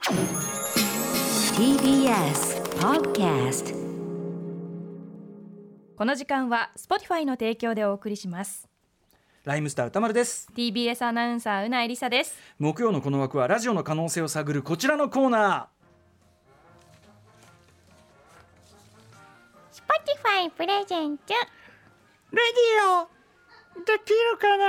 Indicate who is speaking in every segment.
Speaker 1: TBS Podcast。
Speaker 2: この時間は Spotify の提供でお送りします。
Speaker 3: ライムスター歌丸です。
Speaker 2: TBS アナウンサーうないりさです。
Speaker 3: 木曜のこの枠はラジオの可能性を探るこちらのコーナ
Speaker 4: ー。Spotify プレゼント。
Speaker 3: レディオできるかな。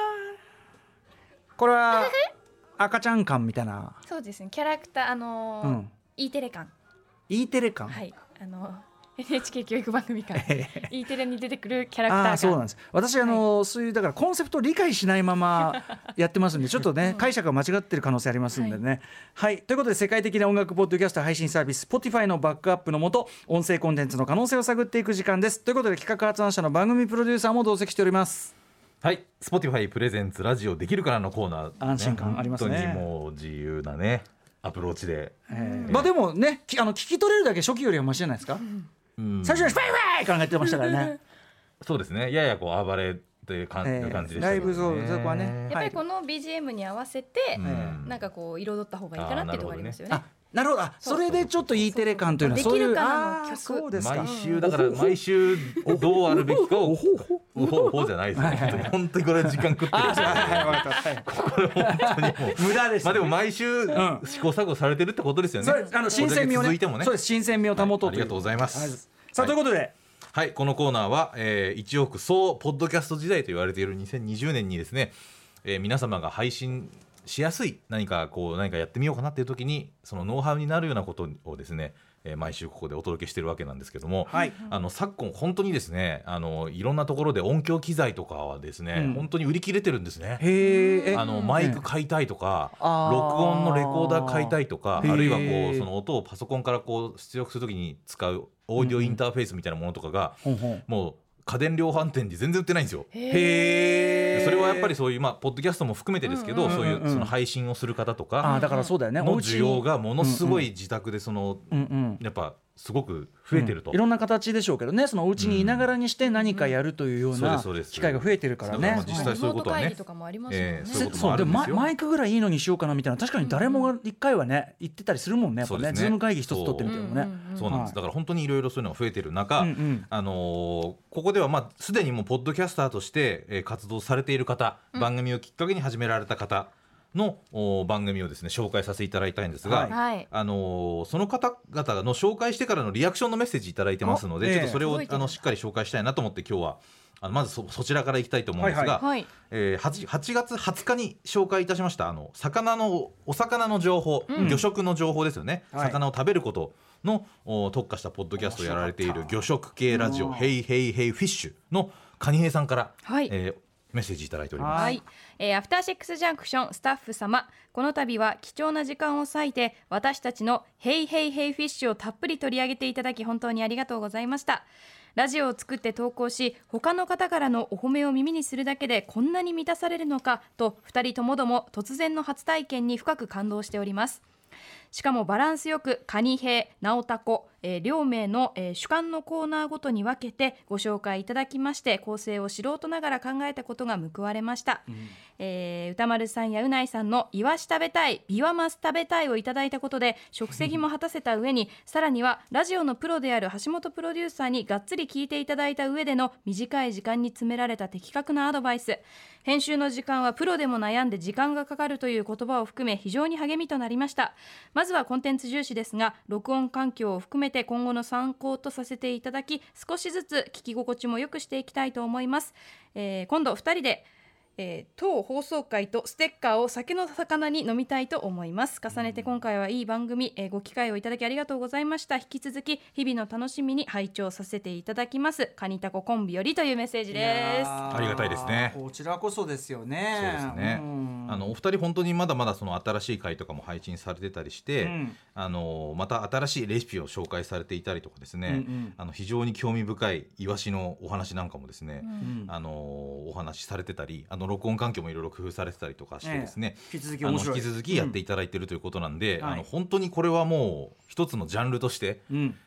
Speaker 3: これは赤ちゃん感みたいな。
Speaker 2: そうですね、キャラクターE テレ館、
Speaker 3: E テレ感、
Speaker 2: はい、NHK 教育番組館E テレに出てくるキャラクター館。
Speaker 3: そうなんです。私そういうだからコンセプトを理解しないままやってますんでちょっとね解釈が間違ってる可能性ありますんでね、はいということで世界的な音楽ポッドキャスト配信サービス Spotify のバックアップのもと音声コンテンツの可能性を探っていく時間です。ということで企画発案者の番組プロデューサーも同席しております。
Speaker 5: はい、Spotify プレゼンツラジオできるからのコーナー、
Speaker 3: 安心感ありますね。
Speaker 5: 本当にもう自由なねアプローチで、
Speaker 3: まあでもね聞き取れるだけ初期よりはマシじゃないですか、最初にファイファイからやってましたからね
Speaker 5: そうですね、ややこう暴れという感じでしたけどね、
Speaker 3: ライブそこはね
Speaker 2: やっぱりこの BGM に合わせて、なんかこう彩った方がいいかなっていうところありますよね。
Speaker 3: なるほど。それでちょっと E テレ感というのはそういう
Speaker 2: できるかなの曲。
Speaker 3: そうですか。
Speaker 5: 毎週だから毎週どうあるべきかをほうじゃないですね。本当にこれ時間食ってる。これ本当にもう
Speaker 3: 無駄です。
Speaker 5: まあでも毎週試行錯誤されてるってことですよね。
Speaker 3: 新鮮味をね。そうです、新鮮味を保とうという。
Speaker 5: ありがとうございます。
Speaker 3: さあということで、
Speaker 5: はい、このコーナーは一億総ポッドキャスト時代と言われている2020年にですね、皆様が配信しやすい何かやってみようかなっていう時にそのノウハウになるようなことをですね、毎週ここでお届けしているわけなんですけども、
Speaker 3: はい、
Speaker 5: 昨今本当にですねいろんなところで音響機材とかはですね、本当に売り切れてるんですね。マイク買いたいとか、録音のレコーダー買いたいとか、あるいはその音をパソコンから出力するときに使うオーディオインターフェースみたいなものとかが、もう家電量販店で全然売ってないんですよ。それはやっぱりそういうポッドキャストも含めてですけど、そういうその配信をする方とか
Speaker 3: だからそうだよね、
Speaker 5: の需要がものすごい自宅でやっぱすごく増えてると、
Speaker 3: いろんな形でしょうけどね、そのお家にいながらにして何かやるというような機会が増えてるからね。
Speaker 5: 実際そういうことはね、
Speaker 3: そうでマイクぐらいいいのにしようかなみたいな、確かに誰もが一回はね言ってたりするもんね、やっぱね、ズーム会議一つ取ってみてもね。
Speaker 5: そうなんです。だから本当にいろいろそういうのが増えてる中、ここではすでにもうポッドキャスターとして活動されている方、番組をきっかけに始められた方の番組をですね紹介させていただきたいんですが、その方々の紹介してからのリアクションのメッセージいただいてますので、ちょっとそれをしっかり紹介したいなと思って今日はまず そちらからいきたいと思うんですが、8月20日に紹介いたしましたお魚の情報、魚食の情報ですよね、魚を食べることの特化したポッドキャストをやられている魚食系ラジオヘイヘイヘイフィッシュのカニヘイさんから、メッセージいただいております。
Speaker 2: アフターシックスジャンクションスタッフ様、この度は貴重な時間を割いて私たちのヘイヘイヘイフィッシュをたっぷり取り上げていただき本当にありがとうございました。ラジオを作って投稿し、他の方からのお褒めを耳にするだけでこんなに満たされるのかと、2人ともども突然の初体験に深く感動しております。しかもバランスよくカニヘイ、ナオタコ、両名の、主観のコーナーごとに分けてご紹介いただきまして、構成を素人ながら考えたことが報われました。歌丸さんやうないさんのイワシ食べたい、ビワマス食べたいをいただいたことで食席も果たせた上に、さらにはラジオのプロである橋本プロデューサーにがっつり聞いていただいた上での短い時間に詰められた的確なアドバイス、編集の時間はプロでも悩んで時間がかかるという言葉を含め非常に励みとなりました。まずはコンテンツ重視ですが、録音環境を含めて今後の参考とさせていただき、少しずつ聞き心地も良くしていきたいと思います。今度2人で当放送回とステッカーを酒の魚に飲みたいと思います。重ねて今回はいい番組、ご機会をいただきありがとうございました。引き続き日々の楽しみに拝聴させていただきます。カニタココンビよりというメッセージです。
Speaker 5: ありがたいですね。
Speaker 3: こちらこそですよね。
Speaker 5: そうですね。お二人本当にまだまだその新しい回とかも配信されてたりして、また新しいレシピを紹介されていたりとかですね、非常に興味深いイワシのお話なんかもですね、お話しされてたり、録音環境もいろいろ工夫されてたりとかしてですね、
Speaker 3: 引き続き
Speaker 5: やっていただいているということなんで、本当にこれはもう一つのジャンルとして、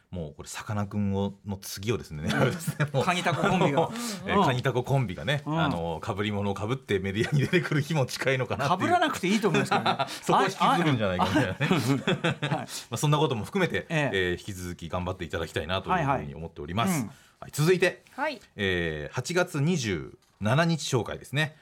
Speaker 5: もうこれさかなクンの次をですね、もう
Speaker 3: カニタココンビが
Speaker 5: カニタココンビがね、被り物を被ってメディアに出てくる日も近いのかなっていう。
Speaker 3: 被らなくていいと思うんですけどね
Speaker 5: そこは引き継ぐんじゃないかみたいなね
Speaker 3: はい
Speaker 5: そんなことも含めて、
Speaker 3: え
Speaker 5: 引き続き頑張っていただきたいなというふうに思っております。
Speaker 3: はいはい
Speaker 5: はい続いて、
Speaker 2: はい
Speaker 5: 8月27日紹介ですね、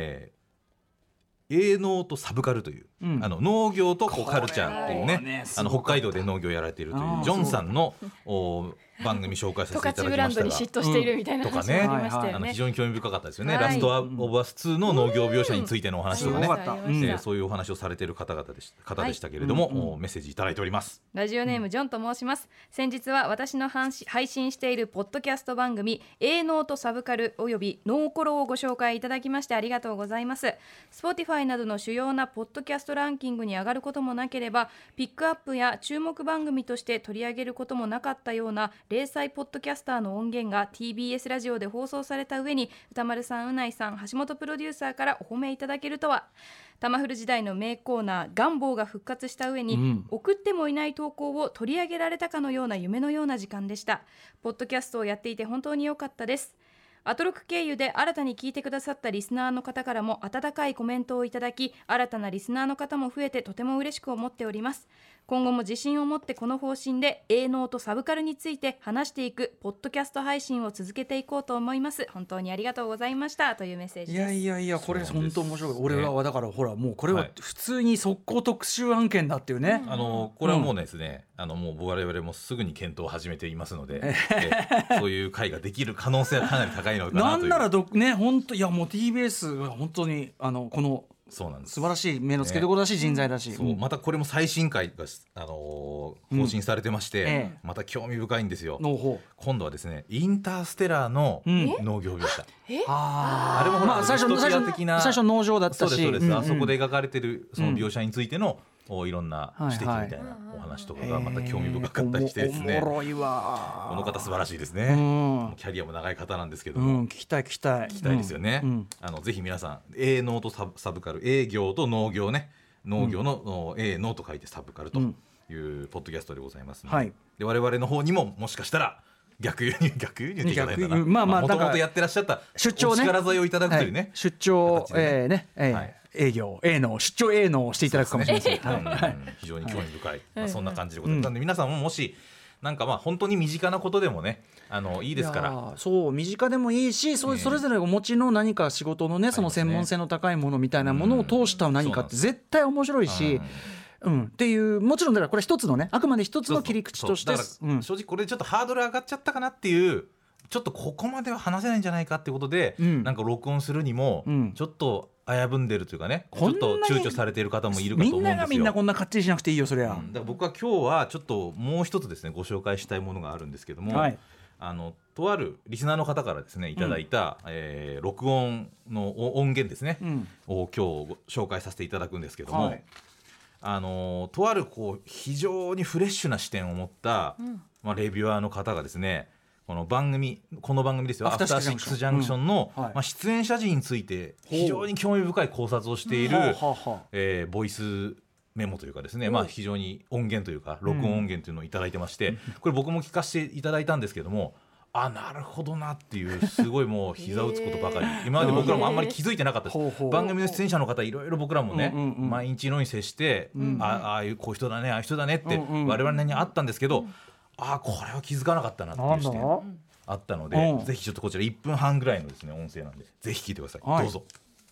Speaker 5: 営農とサブカルという、農業とこうカルチャーっていうね、北海道で農業をやられているというジョンさんの番組紹介させていただきましたが、
Speaker 2: 十勝ブランドに嫉妬しているみたいな話がありましたよね。
Speaker 5: 非常に興味深かったですよね、ラストオブアス2の農業描写についてのお話とかね、そういうお話をされている方でしたけれども、メッセージいただいております。
Speaker 2: ラジオネームジョンと申します。先日は私の配信しているポッドキャスト番組営農とサブカルおよびノーコロをご紹介いただきましてありがとうございます。 Spotify などの主要なポッドキャストランキングに上がることもなければピックアップや注目番組として取り上げることもなかったような零細ポッドキャスターの音源が TBS ラジオで放送された上に歌丸さん、うないさん、橋本プロデューサーからお褒めいただけるとは。タマフル時代の名コーナーガンボーが復活した上に、送ってもいない投稿を取り上げられたかのような夢のような時間でした。ポッドキャストをやっていて本当に良かったです。アトロク経由で新たに聞いてくださったリスナーの方からも温かいコメントをいただき、新たなリスナーの方も増えてとても嬉しく思っております。今後も自信を持ってこの方針で営農とサブカルについて話していくポッドキャスト配信を続けていこうと思います。本当にありがとうございましたというメッセージです。
Speaker 3: いやこれ本当面白い。俺はだからほらもうこれは普通に速攻特集案件だっていうね、
Speaker 5: これはもうですね、もう我々もすぐに検討を始めていますので、そういう会ができる可能性はかなり高いのかなという。
Speaker 3: なんならね本当いやもう TBS は本当にこの
Speaker 5: そうなんです、
Speaker 3: 素晴らしい目の付けどころだし、人材だし、
Speaker 5: またこれも最新回が、更新されてまして、また興味深いんですよ。今度はですねインターステラーの農業描写、あれもほら
Speaker 3: 最初農場だったし、
Speaker 5: そうです、あそこで描かれてるその描写についてのいろんな指摘みたいなお話とかがまた興味深かったりしてですね、
Speaker 3: おもろいわ。
Speaker 5: この方素晴らしいですね、キャリアも長い方なんですけども、
Speaker 3: 聞きたい
Speaker 5: ですよね、ぜひ皆さん営農とサブカル、営業と農業ね、農業の営農と書いてサブカルというポッドキャストでございますので、で我々の方にももしかしたら逆輸入っていただいたら、もともとやってらっしゃった
Speaker 3: 出張ね、
Speaker 5: お力添えをいただくというね、
Speaker 3: 出張営業営農出張営農をしていただくかもしれません。
Speaker 5: 非常に興味深い、そんな感じでございます。なので皆さんももしなんか本当に身近なことでもねいいですから、
Speaker 3: そう身近でもいいし、それぞれお持ちの何か仕事のね、その専門性の高いものみたいなものを通した何かって絶対面白いし、っていうもちろんだからこれ一つのね、あくまで一つの切り口として、
Speaker 5: 正直これでちょっとハードル上がっちゃったかなっていう、ちょっとここまでは話せないんじゃないかっていうことで、なんか録音するにもちょっと危ぶんでるというかね、ちょっと躊躇されている方もいるかと思うんですよ。
Speaker 3: みんなこんなかっちりしなくていいよそりゃ。
Speaker 5: だから僕は今日はちょっともう一つですねご紹介したいものがあるんですけども、とあるリスナーの方からですねいただいた、録音の音源ですね、を今日紹介させていただくんですけども、とある非常にフレッシュな視点を持った、レビュアーの方がですね、この番組ですよ、アフターシックスジャンクションの、出演者陣について非常に興味深い考察をしている、ボイスメモというかですね、非常に音源というか録音音源というのをいただいてまして、これ僕も聞かせていただいたんですけども、なるほどなっていうすごいもう膝打つことばかり今まで僕らもあんまり気づいてなかったです。番組の出演者の方いろいろ僕らもね、毎日のように接して、ああいうこういう人だね、ああいう人だねって我々にあったんですけど、これは気づかなかったなっていう視点あったので、ぜひちょっとこちら1分半ぐらいのですね音声なんでぜひ聞いてください、どうぞ。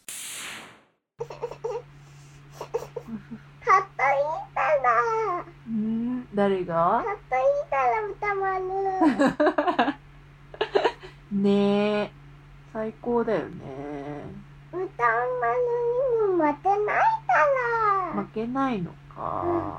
Speaker 4: かっこいいから
Speaker 6: 誰が
Speaker 4: かっこいいから歌丸
Speaker 6: ねえ最高だよね。
Speaker 4: 歌丸にも負けないから
Speaker 6: 負けないのか、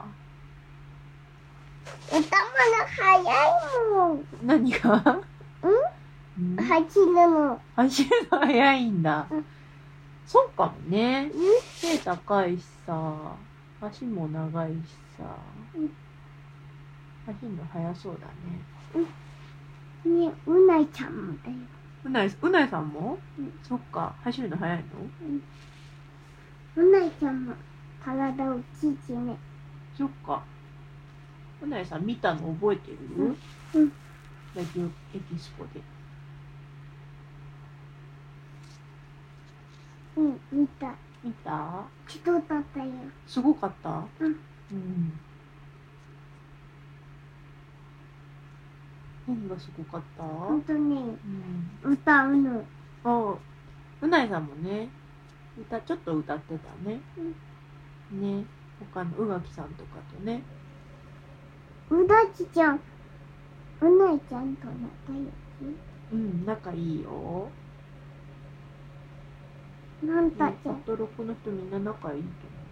Speaker 4: 歌丸早いもん。
Speaker 6: 何が
Speaker 4: 走るの
Speaker 6: 早いんだ、そうかもね、背高いしさ足も長いしさ、走るの速そうだね。
Speaker 4: ね、うないちゃんもだよ。
Speaker 6: うないさんも、そっか、走るの速いの、
Speaker 4: うないちゃんも体を縮め。
Speaker 6: そっか、 うなえさん見たの覚えてる？
Speaker 4: うん
Speaker 6: ラジオエキスポで。
Speaker 4: 見た。
Speaker 6: 見た？
Speaker 4: ちょっとだったよ。
Speaker 6: すごかった？
Speaker 4: うん
Speaker 6: 何がすごかった？
Speaker 4: 本当に
Speaker 6: うん。
Speaker 4: 歌うの。
Speaker 6: うなえさんもね、ちょっと歌ってたね。ね、他の宇垣さんとかとね。
Speaker 4: うだちちゃん、うないちゃんと仲良
Speaker 6: うん、仲いいよ。
Speaker 4: き。なんだ
Speaker 6: ア
Speaker 4: ちゃん。
Speaker 6: トロクの人みんな仲いいと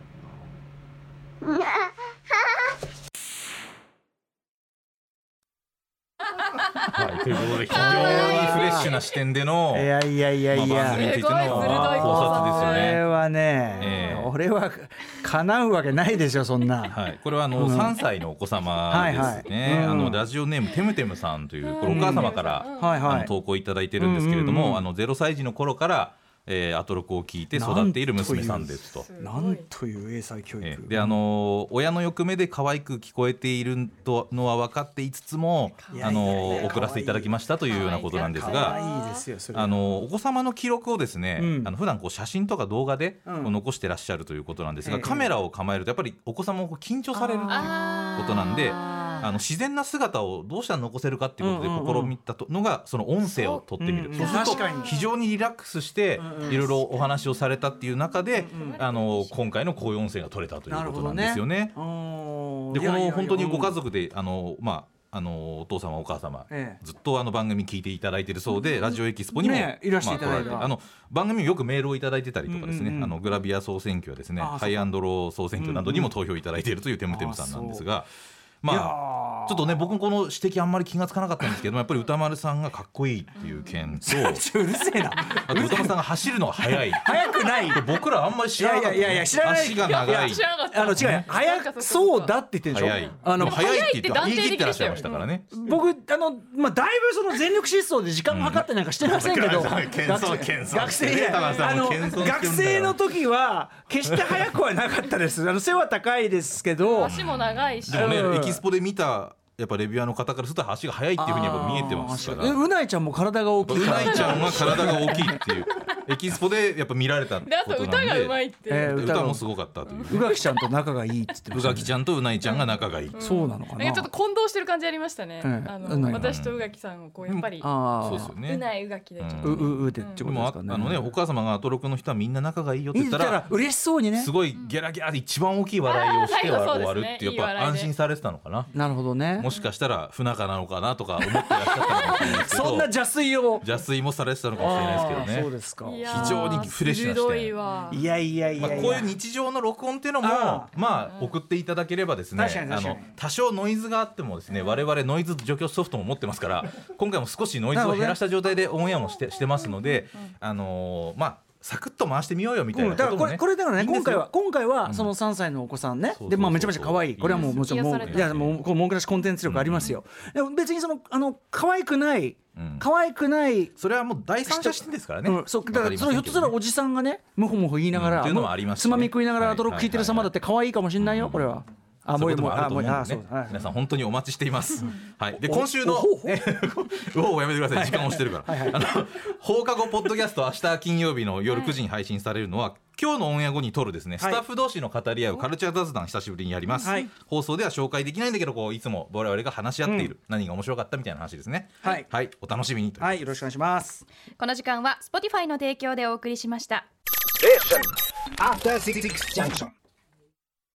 Speaker 5: はい、ということで非常にフレッシュな視点での
Speaker 3: いやいやいやいや、
Speaker 5: 番組についての
Speaker 2: すごい鋭い
Speaker 5: 考察ですよ
Speaker 3: これ
Speaker 5: ね。
Speaker 3: はね、俺は叶うわけないでしょそんな。
Speaker 5: はい、これは3歳のお子様ですね。
Speaker 3: はいはい
Speaker 5: ラジオネームテムテムさんというこれお母様から
Speaker 3: はいはい
Speaker 5: 投稿いただいてるんですけれども、0歳児の頃からアトロクを聞いて育っている娘さんですと。
Speaker 3: なんという英才教育。
Speaker 5: で親の欲目で可愛く聞こえているのは分かっていつつも送らせていただきましたというようなことなんですが、
Speaker 3: いいですよそれは。
Speaker 5: お子様の記録をですね、普段写真とか動画で残してらっしゃるということなんですが、カメラを構えるとやっぱりお子様も緊張されるということなんで、自然な姿をどうしたら残せるかっていうことで試みたのがその音声を取ってみる。そうすると非常にリラックスしていろいろお話をされたっていう中で今回のこういう音声が取れたということなんですよね。でこの本当にご家族でお父様お母様、ずっと番組聞いていただいているそうで、ラジオエキスポにも、
Speaker 3: いらしていただいた、
Speaker 5: 番組によくメールをいただいてたりとかですね、グラビア総選挙やですね、ハイアンドロー総選挙などにも投票いただいているというテムテムさんなんですが、ちょっとね僕もこの指摘あんまり気がつかなかったんですけども、やっぱり歌丸さんがかっこいいっていう件と
Speaker 3: うるせえな。
Speaker 5: あと歌丸さんが走るのが速い。
Speaker 3: 早くない。
Speaker 5: 僕らあんまり知らなかった。
Speaker 3: いや知らない。
Speaker 5: 足が長い。
Speaker 3: 違う早くそうだって言ってるでしょ。
Speaker 5: 速い。速いって言って言い切ってらっしゃいましたからね。
Speaker 3: 僕だいぶその全力疾走で時間測ってなんかしてませんけど、学生の時は決して速くはなかったです。背は高いですけど、
Speaker 2: 足も長いし。
Speaker 5: でもねエキスポで見たやっぱレビュアーの方からすると足が速いっていうふうにやっぱ見えてますから。
Speaker 3: うないちゃんも体が大きい。
Speaker 5: うないちゃんは体が大きいっていうエキスポでやっぱ見られたことなんで。
Speaker 2: あと歌がうまいって。
Speaker 5: 歌もすごかったという。
Speaker 3: 宇垣ちゃんと仲がいいって言ってました。
Speaker 5: 宇垣ちゃんとうないちゃんが仲がいい。
Speaker 3: そうなのかな。
Speaker 2: ちょっと混同してる感じありましたね。私と宇垣さんをこうやっぱり
Speaker 5: そうですよね。
Speaker 2: うない宇垣でちょっと
Speaker 3: うでってことですかね。
Speaker 5: お母様がアトロクの人はみんな仲がいいよって言ったら
Speaker 3: 嬉しそうにね。
Speaker 5: すごいギャラギャラで一番大きい笑いをして終わるってやっぱ安心されてたのかな。
Speaker 3: なるほどね。
Speaker 5: もしかしたら不仲なのかなとか思ってらっしゃったのかもしれないですけど、
Speaker 3: そんな邪推
Speaker 5: もされてたのかもしれないですけどね。
Speaker 3: そうですか。
Speaker 5: 非常にフレッシュな視点。
Speaker 3: いや
Speaker 5: こういう日常の録音っていうのも送っていただければですね、多少ノイズがあってもですね、我々ノイズ除去ソフトも持ってますから、今回も少しノイズを減らした状態でオンエアもしてますので、サクッと回してみようよみたいなこともね。
Speaker 3: これだからね、今回はその3歳のお子さんね、でめちゃめちゃ可愛い。これはもうもちろんもう文句なしコンテンツ力ありますよ。でも別にその可愛くない
Speaker 5: それはもう第三者視点ですからね。
Speaker 3: そうだからそのひょっとしたらおじさんがねムホムホ言いながらつまみ食いながらアトロック聞いてる様だって可愛いかもしれないよこれは。
Speaker 5: そういうこともあると思うんでね。皆さん本当にお待ちしています。はい。で今週のおやめてください。時間押してるから。放課後ポッドキャスト明日金曜日の夜9時に配信されるのは今日のオンエア後に撮るですね、スタッフ同士の語り合うカルチャー雑談久しぶりにやります。放送では紹介できないんだけどいつも我々が話し合っている何が面白かったみたいな話ですね。はい。お楽しみに。
Speaker 3: はい。よろしくお願いします。
Speaker 2: この時間は Spotify の提供でお送りしました。
Speaker 7: After 66 junction.